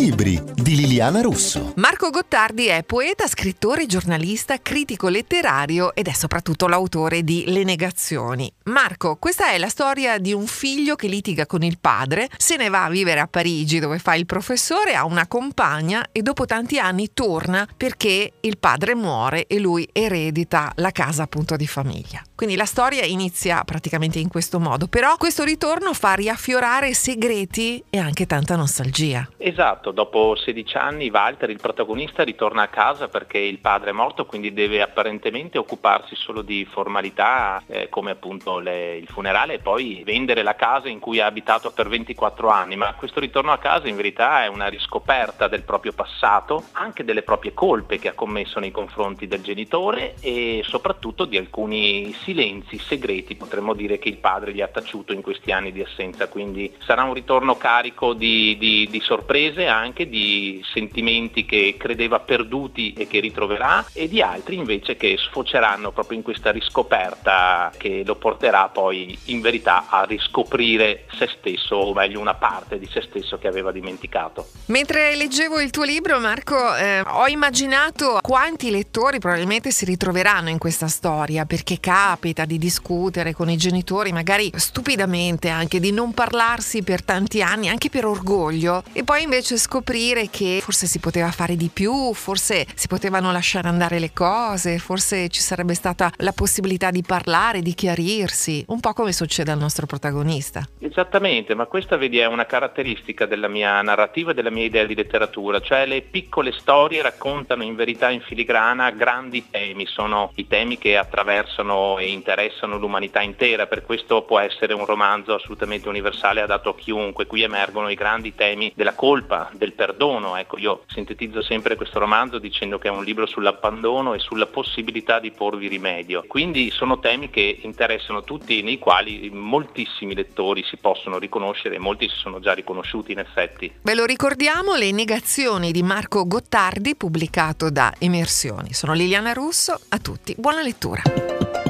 Libri di Liliana Russo. Marco Gottardi è poeta, scrittore, giornalista, critico letterario ed è soprattutto l'autore di Le Negazioni. Marco, questa è la storia di un figlio che litiga con il padre, se ne va a vivere a Parigi dove fa il professore, ha una compagna e dopo tanti anni torna perché il padre muore e lui eredita la casa appunto di famiglia. Quindi la storia inizia praticamente in questo modo, però questo ritorno fa riaffiorare segreti e anche tanta nostalgia. Esatto, dopo 16 anni Walter, il protagonista, ritorna a casa perché il padre è morto, quindi deve apparentemente occuparsi solo di formalità come appunto il funerale e poi vendere la casa in cui ha abitato per 24 anni, ma questo ritorno a casa in verità è una riscoperta del proprio passato, anche delle proprie colpe che ha commesso nei confronti del genitore e soprattutto di alcuni silenzi segreti, potremmo dire, che il padre gli ha taciuto in questi anni di assenza, quindi sarà un ritorno carico di sorprese, anche di sentimenti che credeva perduti e che ritroverà e di altri invece che sfoceranno proprio in questa riscoperta che lo porterà poi in verità a riscoprire se stesso, o meglio una parte di se stesso che aveva dimenticato. Mentre leggevo il tuo libro, Marco, ho immaginato quanti lettori probabilmente si ritroveranno in questa storia, perché capita di discutere con i genitori, magari stupidamente anche, di non parlarsi per tanti anni, anche per orgoglio, e poi invece scoprire che forse si poteva fare di più, forse si potevano lasciare andare le cose, forse ci sarebbe stata la possibilità di parlare, di chiarirsi, un po' come succede al nostro protagonista. Esattamente, ma questa vedi è una caratteristica della mia narrativa e della mia idea di letteratura, cioè le piccole storie raccontano in verità in filigrana grandi temi, sono i temi che attraversano e interessano l'umanità intera, per questo può essere un romanzo assolutamente universale, adatto a chiunque. Qui emergono i grandi temi della colpa, del perdono. Ecco, io sintetizzo sempre questo romanzo dicendo che è un libro sull'abbandono e sulla possibilità di porvi rimedio. Quindi sono temi che interessano tutti, nei quali moltissimi lettori si possono riconoscere e molti si sono già riconosciuti in effetti. Ve lo ricordiamo, Le Negazioni di Marco Gottardi, pubblicato da Emersioni. Sono Liliana Russo, a tutti buona lettura.